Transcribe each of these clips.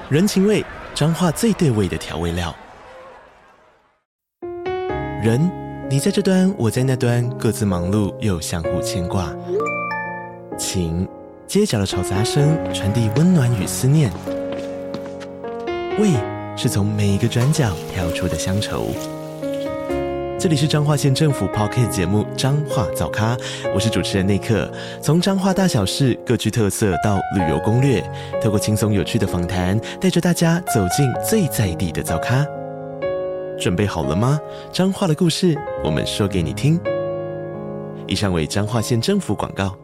人情味，彰化最对味的调味料。人，你在这端，我在那端，各自忙碌又相互牵挂。情，街角的吵杂声传递温暖与思念。味，是从每一个转角跳出的乡愁。这里是彰化县政府 Podcast 节目《彰化早咖》，我是主持人内克。从彰化大小事各具特色到旅游攻略，透过轻松有趣的访谈，带着大家走进最在地的早咖。准备好了吗？彰化的故事，我们说给你听。以上为彰化县政府广告。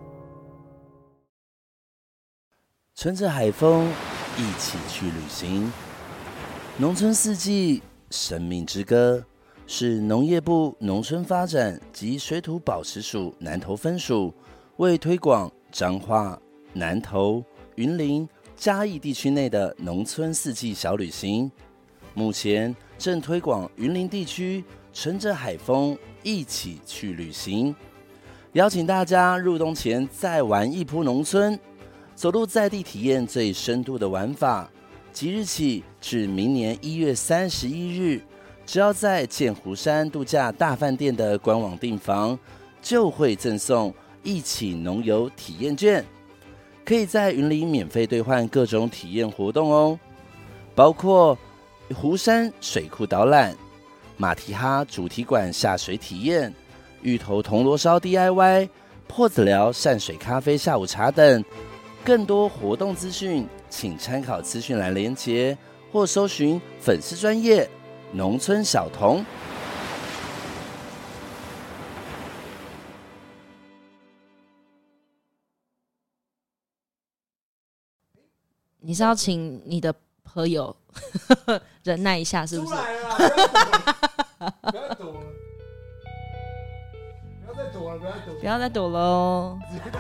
乘着海风，一起去旅行。农村四季，生命之歌。是农业部农村发展及水土保持署南投分署为推广彰化、南投、云林、嘉义地区内的农村四季小旅行，目前正推广云林地区乘着海风一起去旅行，邀请大家入冬前再玩一波农村，走入在地体验最深度的玩法。即日起至明年1月31日，只要在剑湖山度假大饭店的官网订房，就会赠送一起农游体验券，可以在云林免费兑换各种体验活动哦，包括湖山水库导览、马蹄哈主题馆下水体验、芋头铜锣烧 DIY、破子寮善水咖啡下午茶等。更多活动资讯，请参考资讯栏连结或搜寻粉丝专页农村小童。 你是要请你的朋友忍耐一下，是不是？ 出来了，不要躲了，不要再躲了， 不要再躲了哦！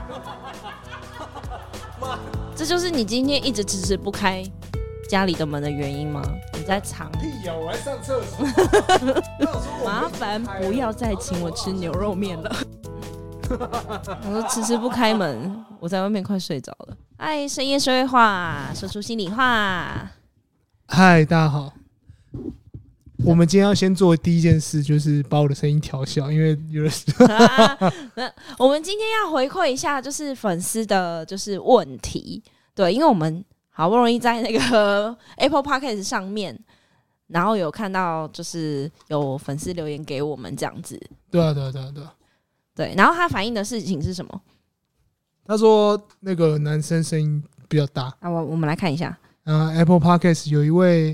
这就是你今天一直迟迟不开家里的门的原因吗？你在藏？ 屁呀！我还上厕所。 麻烦不要再请我吃牛肉面了。我说迟迟不开门，我在外面快睡着了。哎，深夜说会话，说出心里话。 嗨，大家好。我们今天要先做第一件事，就是把我的声音调小，因为有人我们今天要回馈一下，就是粉丝的，就是问题。对，因为我们好不容易在那个 Apple Podcast 上面，然后有看到就是有粉丝留言给我们这样子。 对啊。 对，然后他反映的事情是什么？ 他说那个男生声音比较大。 啊，我们来看一下。 Apple Podcast 有一位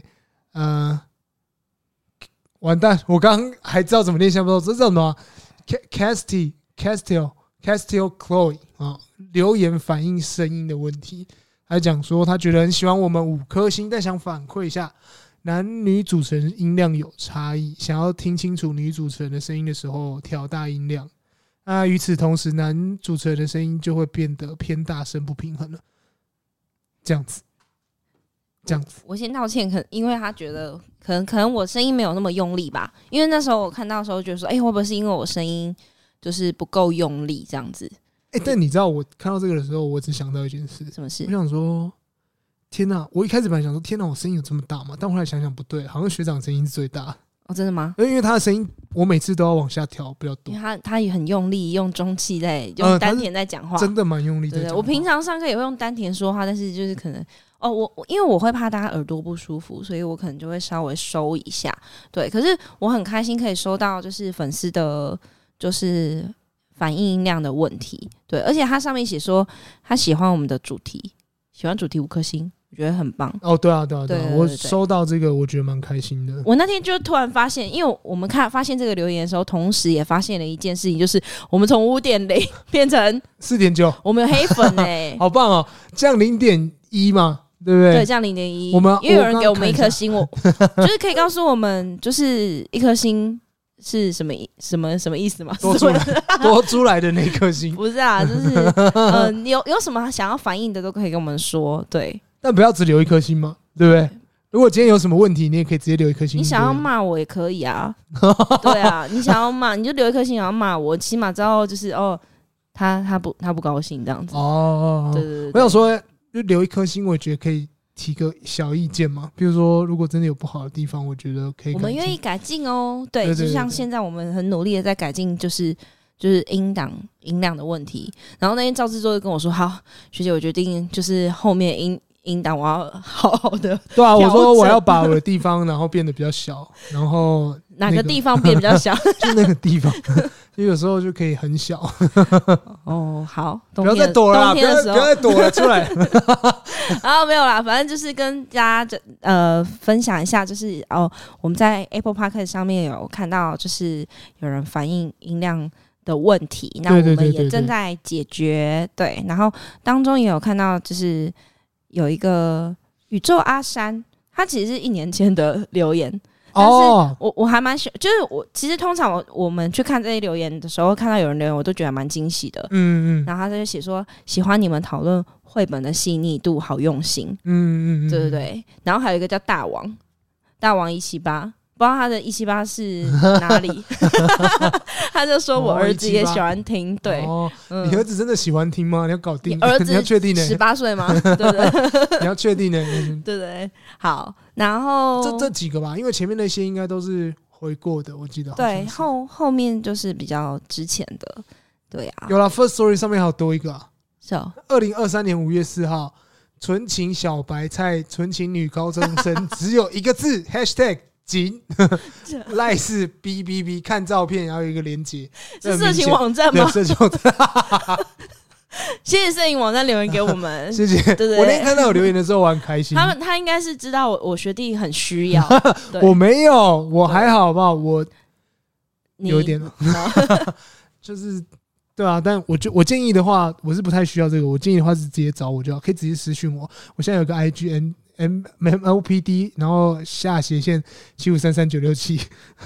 完蛋，我刚刚还知道怎么念，想不到这叫什么？Castillo Chloe 啊，留言反映声音的问题。他讲说他觉得很喜欢我们5颗星，但想反馈一下男女主持人音量有差异，想要听清楚女主持人的声音的时候调大音量。与此同时，男主持人的声音就会变得偏大声，不平衡了。这样子。 我先道歉，因为他觉得可能我声音没有那么用力吧，因为那时候我看到的时候觉得说，会不会是因为我声音就是不够用力这样子？ 但你知道我看到这个的时候，我只想到一件事。 什么事？ 我想说，天哪！我一开始本来想说，天哪，我声音有这么大吗？但后来想想不对，好像学长声音是最大。 哦，真的吗？ 因为他的声音，我每次都要往下调比较多。 因为他也很用力，用中气用丹田在讲话， 真的蛮用力在讲话。 对，我平常上课也会用丹田说话，但是就是可能因为我会怕大家耳朵不舒服，所以我可能就会稍微收一下。对，可是我很开心可以收到就是粉丝的，就是反映音量的问题。对，而且他上面写说他喜欢我们的主题，喜欢主题5颗星。我觉得很棒哦，对啊，我收到这个，我觉得蛮开心的。 我那天就突然发现，因为我们发现这个留言的时候，同时也发现了一件事情，就是我们从5.0变成 4.9， 我们有黑粉好棒哦，降0.1嘛，对不对？ 对，降0.1。因为有人给我们1颗星，我就是可以告诉我们，就是1颗星是什么意思吗？ 多出来的那颗星不是啊，就是有什么想要反映的都可以跟我们说，对。 但不要只留1颗星嘛，对不对？如果今天有什么问题，你也可以直接留1颗星。 你想要骂我也可以啊，对啊，你想要骂你就留1颗星，想要骂我，起码知道就是他不高兴这样子。 哦， 对， 我想说，就留1颗星，我觉得可以提个小意见嘛，比如说如果真的有不好的地方，我觉得可以改进， 我们愿意改进哦。对， 对对对对， 就像现在我们很努力的在改进，就是音量的问题。然后那天赵制作就跟我说：“好，学姐，我决定就是后面音档我要好好的。” 对啊，我说我要把我的地方然后变得比较小，然后、 哪个地方变比较小？ 就那个地方，就有时候就可以很小。 哦，好， 不要再躲了啦，不要再躲了，出来。 然后没有啦，反正就是跟大家分享一下，就是我们在 Apple Podcast 上面有看到，就是有人反映音量的问题，那我们也正在解决。对，然后当中也有看到，就是有一个宇宙阿山，他其实是1年前的留言。但是我还蛮喜，就是我其实通常我们去看这些留言的时候，看到有人留言，我都觉得蛮惊喜的。然后他就写说喜欢你们讨论绘本的细腻度，好用心。对对对。然后还有一个叫大王178，不知道他的178是哪里。他就说我儿子也喜欢听。对， 你儿子真的喜欢听吗？你要搞定， 你儿子你要确定呢 ？18岁吗？对不对？ 你要确定呢？ 对对，好。然后这几个吧，因为前面那些应该都是回过的，我记得。 对，后面就是比较之前的。对啊， 有啦 First Story 上面还有多一个啊。 是 2023年5月4号，纯情小白菜，纯情女高中生，只有一个字#仅赖是 BBB 看照片，然后有一个连结， 是色情网站吗？ 对，色情网站。 谢谢摄影网站留言给我们， 谢谢。对对，我那天看到有留言的时候，我很开心。 他应该是知道我学弟很需要。 我没有，我还好，好不好？我有一点，就是对啊。但我建议的话，我是不太需要这个。我建议的话是直接找我就好，可以直接私讯我。我现在有个 IGNMLPD， 然后/7533967。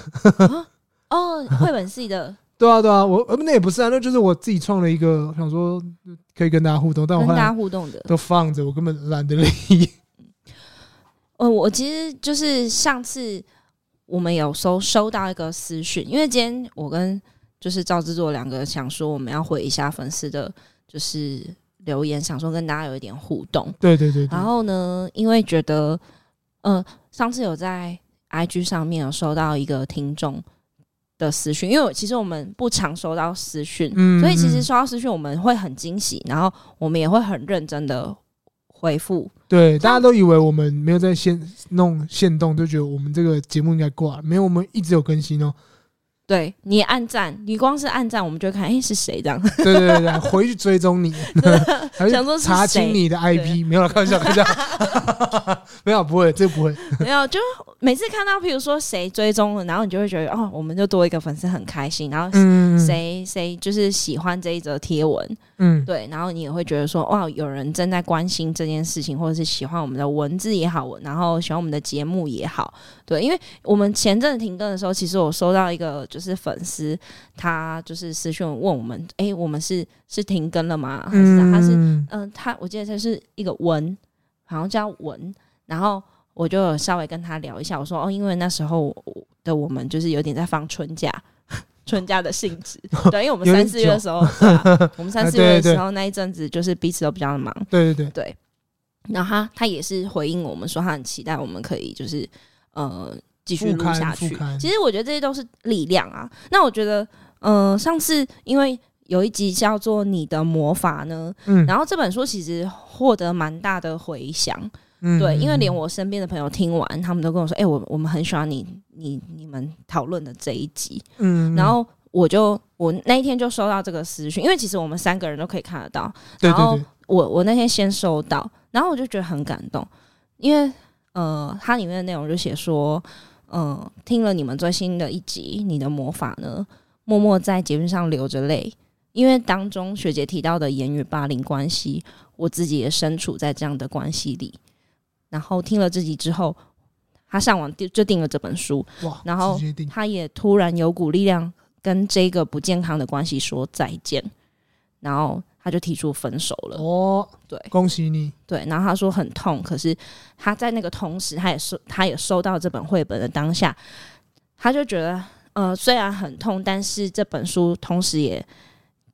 绘本系的。 对啊，我那也不是啊，那就是我自己创了一个，想说可以跟大家互动，但我跟大家互动的都放着，我根本懒得理。 我其实就是上次我们有收到一个私讯，因为今天我跟就是赵制作两个想说我们要回一下粉丝的，就是留言，想说跟大家有一点互动。对。然后呢，因为觉得上次有在 IG 上面有收到一个听众的私讯，因为其实我们不常收到私讯，所以其实收到私讯我们会很惊喜，然后我们也会很认真的回复。对，大家都以为我们没有在弄限动，就觉得我们这个节目应该挂了，没有，我们一直有更新哦。对，你也按赞，你光是按赞我们就会看是谁这样。对，回去追踪你，想说查清你的 IP。没有了，开玩笑。没有，不会，这不会。没有，就每次看到譬如说谁追踪了，然后你就会觉得我们就多一个粉丝，很开心。然后谁就是喜欢这一则贴文，对，然后你也会觉得说哇，有人正在关心这件事情，或者是喜欢我们的文字也好，然后喜欢我们的节目也好。对，因为我们前阵停更的时候，其实我收到一个就是粉丝，他就是私讯问我们，我们是停更了吗？还是他是我记得他是一个文，好像叫文，然后我就有稍微跟他聊一下，我说因为那时候的我们就是有点在放春假的性质。对，因为我们3、4月的时候，我们3、4月的时候那一阵子就是彼此都比较忙。对。然后他也是回应我们说，他很期待我们可以就是继续录下去。其实我觉得这些都是力量啊。那我觉得上次因为有一集叫做你的魔法呢，然后这本书其实获得蛮大的回响。对，因为连我身边的朋友听完，他们都跟我说我们很喜欢你们讨论的这一集。然后我那一天就收到这个私讯，因为其实我们3个人都可以看得到。然后我那天先收到，然后我就觉得很感动，因为它里面的内容就写说听了你们最新的一集你的魔法呢，默默在节目上流着泪，因为当中学姐提到的言语霸凌关系，我自己也身处在这样的关系里。然后听了这集之后，他上网就订了这本书，然后他也突然有股力量跟这个不健康的关系说再见，然后他就提出分手了。对，恭喜你。对，然后他说很痛，可是他在那个同时，他也收到这本绘本的当下，他就觉得虽然很痛，但是这本书同时也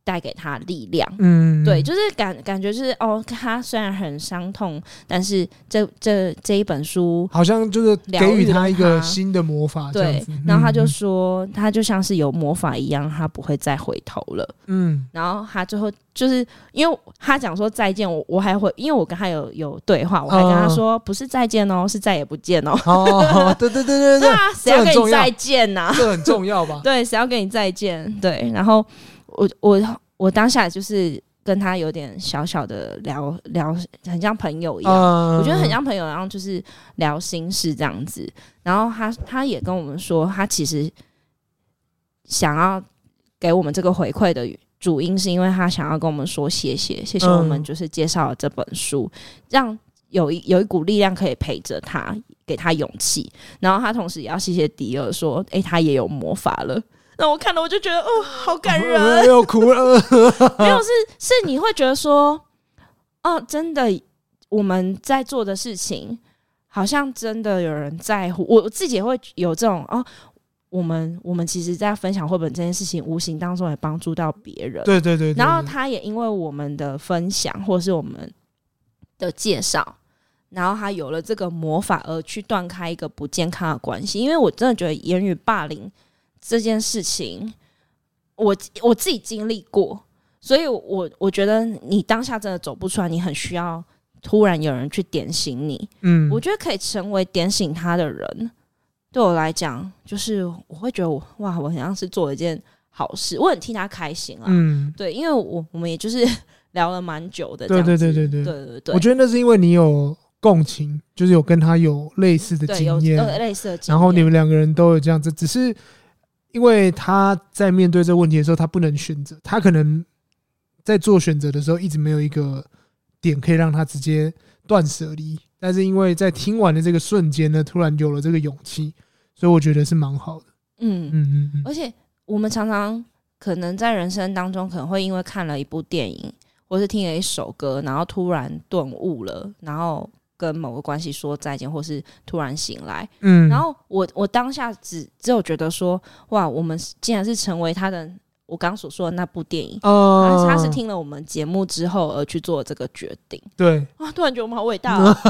带给他力量。对，就是感觉就是他虽然很伤痛，但是这一本书好像就是给予他一个新的魔法这样子。 对，然后他就说，他就像是有魔法一样，他不会再回头了。然后他最后就是因为他讲说再见，我还会，因为我跟他有对话，我还跟他说，不是再见哦，是再也不见哦。 对对对对对， 谁要跟你再见啊？ 这很重要吧？ 对，谁要跟你再见？对，然后我当下就是跟他有点小小的聊，很像朋友一样。我觉得很像朋友一样，就是聊心事这样子。然后他也跟我们说，他其实想要给我们这个回馈的主因，是因为他想要跟我们说谢谢我们，就是介绍了这本书，让有一股力量可以陪着他，给他勇气。然后他同时也要谢谢迪尔，说，他也有魔法了。那我看了我就觉得好感人， 又哭了。 没有，是你会觉得说，真的我们在做的事情好像真的有人在乎。我自己也会有这种我们其实在分享绘本这件事情无形当中也帮助到别人。 对对对。 然后他也因为我们的分享或是我们的介绍，然后他有了这个魔法而去断开一个不健康的关系。因为我真的觉得言语霸凌这件事情我自己经历过，所以我觉得你当下真的走不出来，你很需要突然有人去点醒你。我觉得可以成为点醒他的人，对我来讲就是我会觉得我好像是做了一件好事，我很替他开心啊。对，因为我们也就是聊了蛮久的这样子。对， 我觉得那是因为你有共情，就是有跟他有类似的经验， 类似的经验， 然后你们两个人都有这样子，只是因为他在面对这个问题的时候，他不能选择，他可能在做选择的时候一直没有一个点可以让他直接断舍离，但是因为在听完的这个瞬间呢，突然有了这个勇气，所以我觉得是蛮好的。而且我们常常可能在人生当中，可能会因为看了一部电影，或是听了一首歌，然后突然顿悟了，然后跟某个关系说再见，或是突然醒来。然后我当下只有觉得说，哇，我们竟然是成为他的，我刚刚所说的那部电影。他是听了我们节目之后而去做这个决定。对， 突然觉得我们好伟大哦。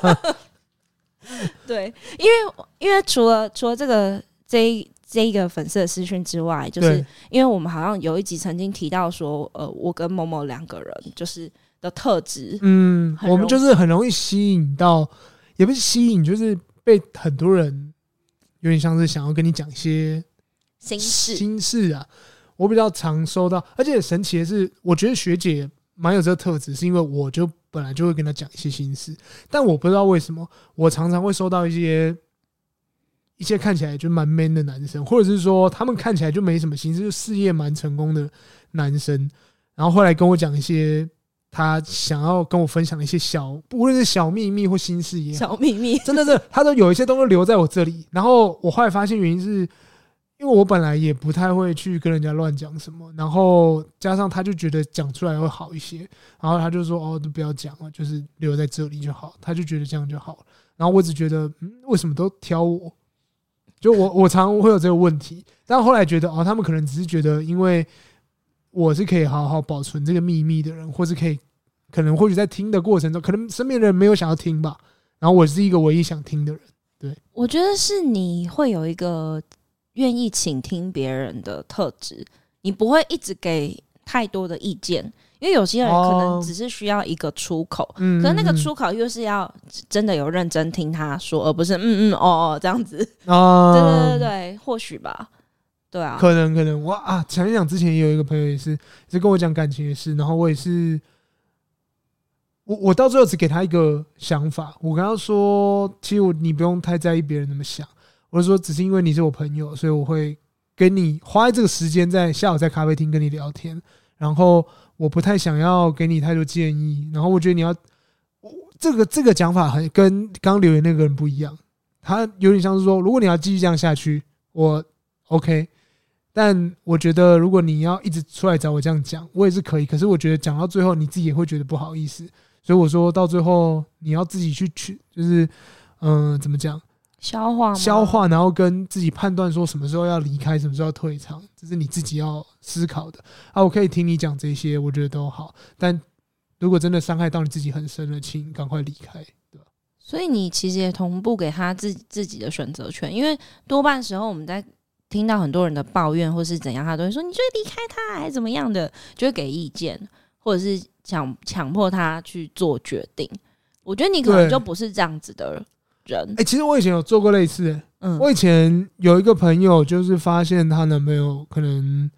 对，因为除了这一个粉丝的私讯之外，就是因为我们好像有一集曾经提到说，我跟某某两个人就是的特质， 我们就是很容易吸引到，也不是吸引，被很多人有点像是想要跟你讲一些心事啊。我比较常收到，而且神奇的是，我觉得学姐蛮有这个特质，是因为我就本来就会跟她讲一些心事，但我不知道为什么，我常常会收到一些看起来就蛮 man 的男生，或者是说他们看起来就没什么心事，就事业蛮成功的男生，然后后来跟我讲一些他想要跟我分享的一些无论是小秘密或心事也好， 小秘密， 真的是他都有一些东西留在我这里。然后我后来发现原因是因为我本来也不太会去跟人家乱讲什么，然后加上他就觉得讲出来会好一些，然后他就说都不要讲了，就是留在这里就好，他就觉得这样就好了。然后我只觉得为什么都挑我？就我常会有这个问题，但后来觉得他们可能只是觉得因为我是可以好好保存这个秘密的人，或是可能或许在听的过程中，可能身边的人没有想要听吧，然后我是一个唯一想听的人。对， 我觉得是你会有一个愿意倾听别人的特质，你不会一直给太多的意见，因为有些人可能只是需要一个出口，可是那个出口又是要真的有认真听他说，而不是这样子。对，或许吧。对啊， 可能我想一想，之前也有一个朋友也是跟我讲感情的事，然后我也是，我到最后只给他一个想法，我跟他说，其实你不用太在意别人怎么想，我就说只是因为你是我朋友，所以我会跟你花这个时间在下午在咖啡厅跟你聊天，然后我不太想要给你太多建议，然后我觉得你要这个讲法跟刚刚留言那个人不一样，他有点像是说，如果你要继续这样下去，我 OK。但我觉得，如果你要一直出来找我这样讲，我也是可以。可是我觉得讲到最后，你自己也会觉得不好意思。所以我说到最后，你要自己去，就是怎么讲？ 消化，然后跟自己判断说什么时候要离开，什么时候要退场，这是你自己要思考的。我可以听你讲这些，我觉得都好，但如果真的伤害到你自己很深了，请赶快离开，对吧？ 所以你其实也同步给他自己的选择权，因为多半时候我们在听到很多人的抱怨或是怎样，他都会说你就会离开他还是怎么样的，就会给意见，或者是强迫他去做决定。我觉得你可能就不是这样子的人。 其实我以前有做过类似的，我以前有一个朋友，就是发现她男朋友可能，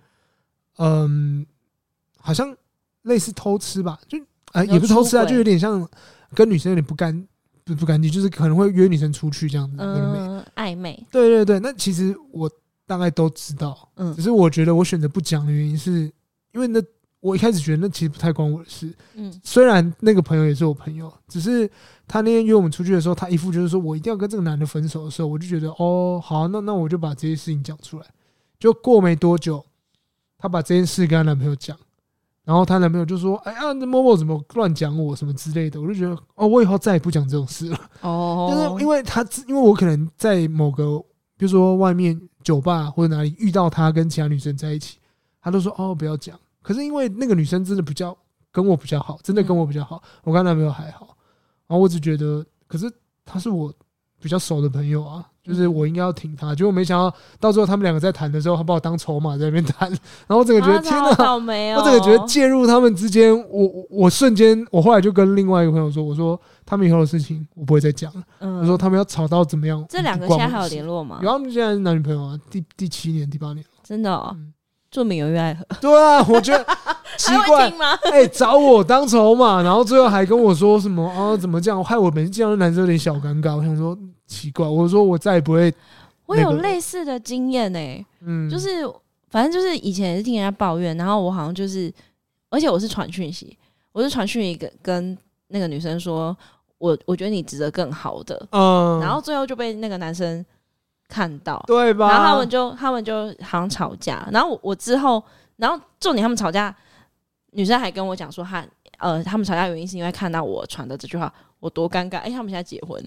好像类似偷吃吧，就也不是偷吃啊，就有点像跟女生有点不干净，就是可能会约女生出去这样子， 暧昧。 对对对，那其实我大概都知道，只是我觉得我选择不讲的原因是因为我一开始觉得那其实不太关我的事，虽然那个朋友也是我朋友，只是他那天约我们出去的时候，他一副就是说我一定要跟这个男的分手的时候，我就觉得好，那我就把这些事情讲出来。就过没多久，她把这件事跟她男朋友讲，然后她男朋友就说：“哎呀，那某某怎么乱讲我什么之类的。”我就觉得我以后再也不讲这种事了。就是因为我可能在某个比如说外面酒吧或者哪里遇到他跟其他女生在一起，他都说不要讲。可是因为那个女生真的跟我比较好，真的跟我比较好，我跟她男朋友还好。然后我只觉得，可是他是我比较熟的朋友啊，就是我应该要挺他。结果没想到最后他们两个在谈的时候，他把我当筹码在那边谈，然后我整个觉得天哪，我整个觉得介入他们之间，我瞬间，我后来就跟另外一个朋友说，我说他们以后的事情我不会再讲了。我说他们要吵到怎么样？ 这两个现在还有联络吗？ 有，他们现在是男女朋友啊，第7年、第8年了。 真的哦。做名有约爱河， 对啊，我觉得奇怪，找我当筹码，然后最后还跟我说什么怎么这样，害我每次见到男生有点小尴尬。我想说奇怪，我说我再也不会。 我有类似的经验就是反正就是以前也是听人家抱怨，然后我好像就是，而且我是传讯息，跟那个女生说，我觉得你值得更好的，然后最后就被那个男生看到， 对吧？ 然后他们就好像吵架，然后我之后，然后重点他们吵架，女生还跟我讲说他们吵架原因是因为看到我传的这句话，我多尴尬。他们现在结婚，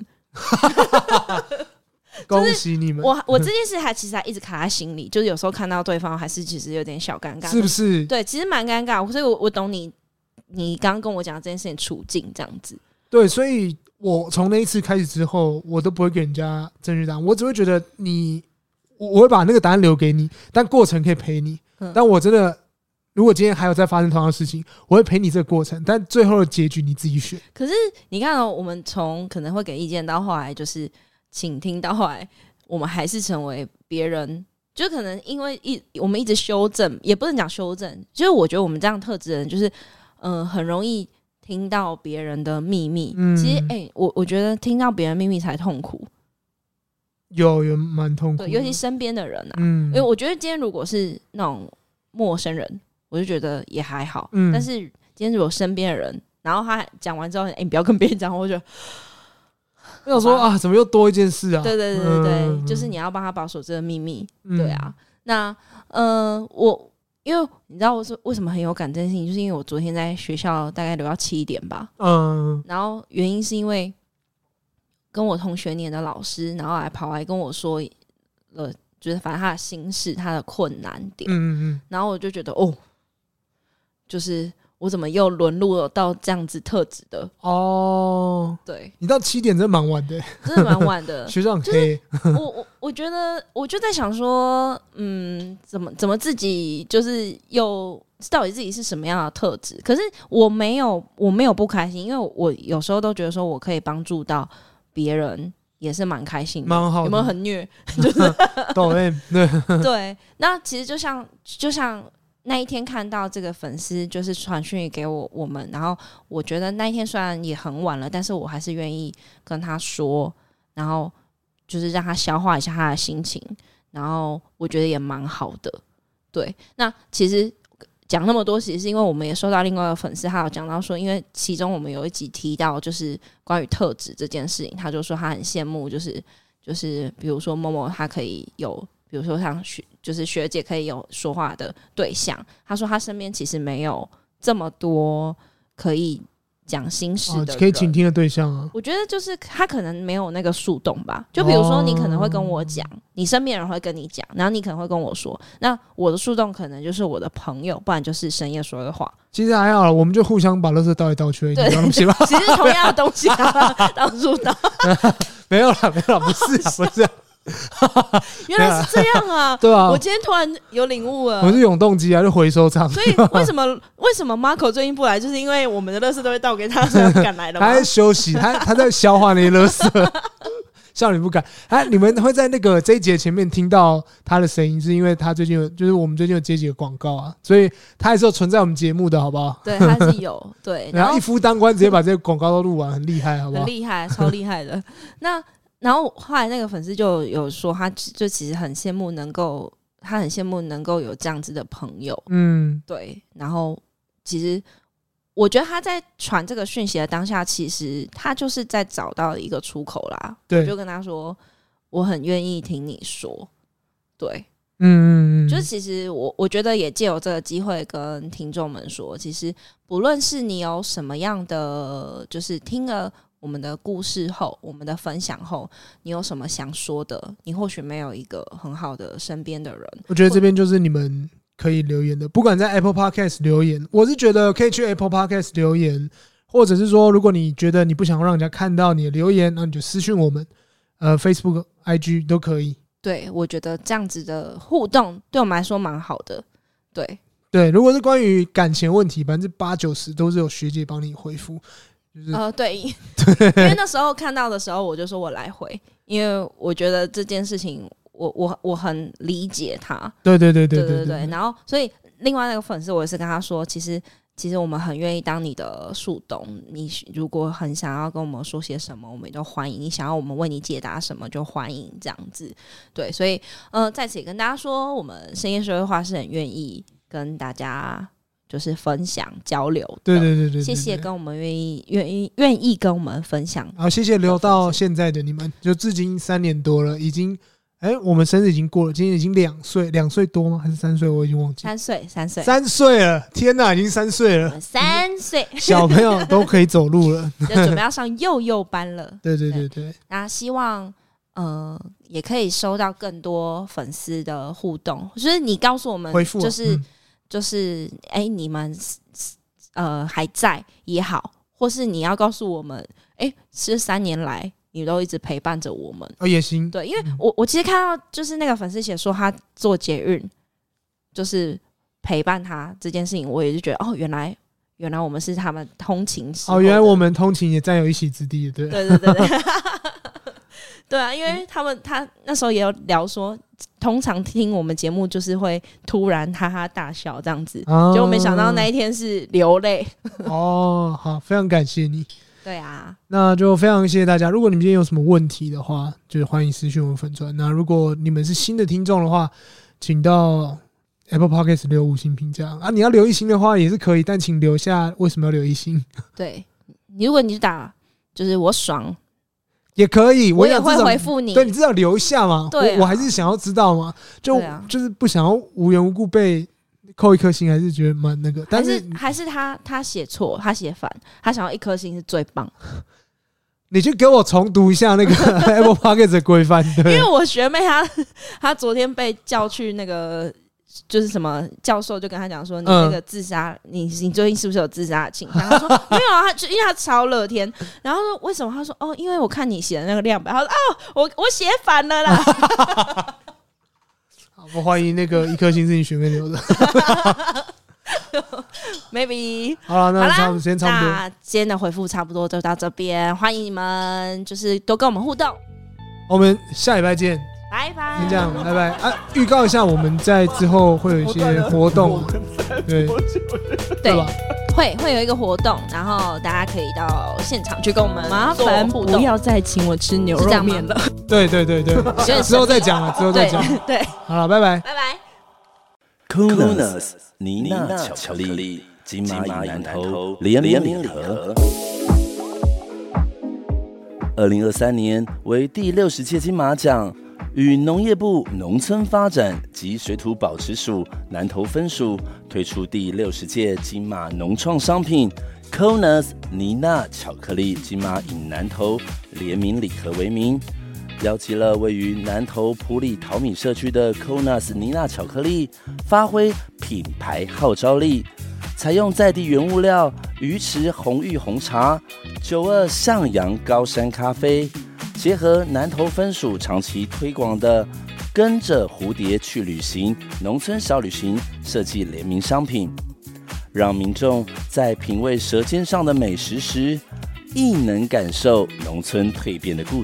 恭喜你们！ 我这件事其实还一直卡在心里，就是有时候看到对方还是其实有点小尴尬， 是不是？ 对，其实蛮尴尬，所以我懂你刚刚跟我讲这件事情处境这样子。 对，所以我从那一次开始之后，我都不会给人家正确答案，我只会觉得我会把那个答案留给你，但过程可以陪你。但我真的，如果今天还有再发生同样的事情，我会陪你这个过程，但最后的结局你自己选。 可是你看我们从可能会给意见到后来就是倾听，到后来我们还是成为别人，就可能因为我们一直修正，也不能讲修正，就是我觉得我们这样特质的人，就是很容易听到别人的秘密。其实我觉得听到别人秘密才痛苦， 有蛮痛苦的， 对，尤其身边的人啊。因为我觉得今天如果是那种陌生人，我就觉得也还好。但是今天如果身边的人，然后他讲完之后，你不要跟别人讲，我就觉得我想说怎么又多一件事啊？ 对对对对对，就是你要帮他保守这个秘密。对啊，那因为你知道我是为什么很有感这件事情，就是因为我昨天在学校大概留到7点吧。然后原因是因为跟我同学年的老师，然后跑来跟我说了，就是反正他的心事，他的困难点。然后我就觉得就是我怎么又沦入到这样子特质的？对， 你到7点真的蛮晚的， 真的蛮晚的。 学校很黑。 我觉得我就在想说，怎么自己就是到底自己是什么样的特质？可是我没有不开心，因为我有时候都觉得说我可以帮助到别人，也是蛮开心的， 蛮好的。 有没有很虐？就是对。那其实就像那一天看到这个粉丝就是传讯给我们，然后我觉得那一天虽然也很晚了，但是我还是愿意跟他说，然后就是让他消化一下他的心情，然后我觉得也蛮好的。对，那其实讲那么多，其实是因为我们也收到另外一个粉丝，他有讲到说，因为其中我们有一集提到就是关于特质这件事情，他就说他很羡慕，就是比如说某某他可以有，比如说像就是学姐可以有说话的对象，他说他身边其实没有这么多可以讲心事的人， 可以倾听的对象啊。 我觉得就是他可能没有那个树洞吧，就比如说你可能会跟我讲，你身边人会跟你讲，然后你可能会跟我说，那我的树洞可能就是我的朋友，不然就是深夜说的话。 其实还好啦，我们就互相把垃圾倒来倒去而已， 对， 其实同样的东西当树洞。 没有啦，不是啊。 原来是这样啊！ 对啊， 我今天突然有领悟了。 我是永动机啊，就回收厂。 所以为什么 Marco 最近不来，就是因为我们的垃圾都会倒给他，所以他不敢来了吗？ 他在休息，他在消化那些垃圾。笑你不敢。你们会在那个这一节前面听到他的声音，是因为他最近就是我们最近有接几个广告啊，所以他还是有存在我们节目的，好不好？ 对，他是有对。 然后一夫当关，直接把这些广告都录完，很厉害，好不好？ 很厉害，超厉害的。然后后来那个粉丝就有说，他就其实很羡慕能够有这样子的朋友，对。然后其实我觉得他在传这个讯息的当下，其实他就是在找到一个出口啦。对，我就跟他说，我很愿意听你说，对，就是其实我觉得也借由这个机会跟听众们说，其实不论是你有什么样的，就是听了我们的故事后，我们的分享后，你有什么想说的？你或许没有一个很好的身边的人， 我觉得这边就是你们可以留言的，不管在 Apple Podcast 留言，我是觉得可以去 Apple Podcast 留言，或者是说，如果你觉得你不想让人家看到你的留言，那你就私讯我们，Facebook、IG 都可以。 对，我觉得这样子的互动对我们来说蛮好的。 对，如果是关于感情问题，80%-90%都是有学姐帮你回复。 对，因为那时候看到的时候，我就说我来回，因为我觉得这件事情我很理解他。对。然后，所以另外那个粉丝，我也是跟他说，其实我们很愿意当你的树洞。你如果很想要跟我们说些什么，我们都欢迎。你想要我们为你解答什么，就欢迎这样子。对，所以在此也跟大家说，我们深夜说的话是很愿意跟大家就是分享交流的。对，谢谢跟我们愿意跟我们分享。 好，谢谢留到现在的你们，就至今3年多了，已经我们生日已经过了，今年已经2岁多吗？还是3岁？我已经忘记。3岁了，天哪，已经3岁了。 3岁， 小朋友都可以走路了， 就准备要上幼幼班了。对。那希望也可以收到更多粉丝的互动，就是你告诉我们， 回复就是你们还在也好，或是你要告诉我们是3年来你都一直陪伴着我们也行。 对，因为我其实看到就是那个粉丝写说他做捷运就是陪伴他这件事情，我也就觉得原来我们是他们通勤时原来我们通勤也占有一席之地。对对啊，因为他那时候也有聊说，通常听我们节目就是会突然哈哈大笑这样子，结果没想到那一天是流泪。 好，非常感谢你。 对啊， 那就非常谢谢大家。如果你们今天有什么问题的话，就是欢迎私讯我们粉专。那如果你们是新的听众的话，请到 Apple Podcast 留5星评价啊。你要留1星的话也是可以，但请留下为什么要留1星。 对，如果你是打就是我爽也可以， 我也会回复你。 对，你至少留下嘛。 对我还是想要知道嘛，就是不想要无缘无故被扣1颗星，还是觉得蛮那个。但是还是他写错，他写反，他想要1颗星是最棒。 你去给我重读一下那个 Apple Podcast 的规范。因为我学妹她昨天被叫去那个。就是什么教授就跟他讲说，你那个自杀，你最近是不是有自杀的倾向？他说没有啊，因为他超乐天。然后说为什么？他说因为我看你写的那个量表。他说我写反了啦。 好，我怀疑那个1颗星是你学妹留的。 maybe 好了，那时间差不多。 那今天的回复差不多就到这边，欢迎你们就是多跟我们互动。 我们下礼拜见。 拜拜， 先这样，拜拜啊！预告一下，我们在之后会有一些活动，对吧？ 会有一个活动，然后大家可以到现场去跟我们麻烦不要再请我吃牛肉面了。 对，之后再讲了， 对， 好了，拜拜。 Coolness 妮娜巧克力金马与南投联合。2023年为第60届金马奖，与农业部农村发展及水土保持署南投分署推出第60届金马农创商品 Conas 妮娜巧克力金马以南投联名礼盒为名，邀集了位于南投埔里桃米社区的 Conas 妮娜巧克力，发挥品牌号召力，采用在地原物料鱼池红玉红茶、92向阳高山咖啡，结合南投分署长期推广的跟着蝴蝶去旅行农村小旅行设计联名商品，让民众在品味舌尖上的美食时，亦能感受农村蜕变的故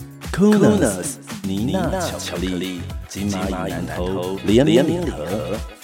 事。Conas 妮娜巧克力金马以南投联名礼盒。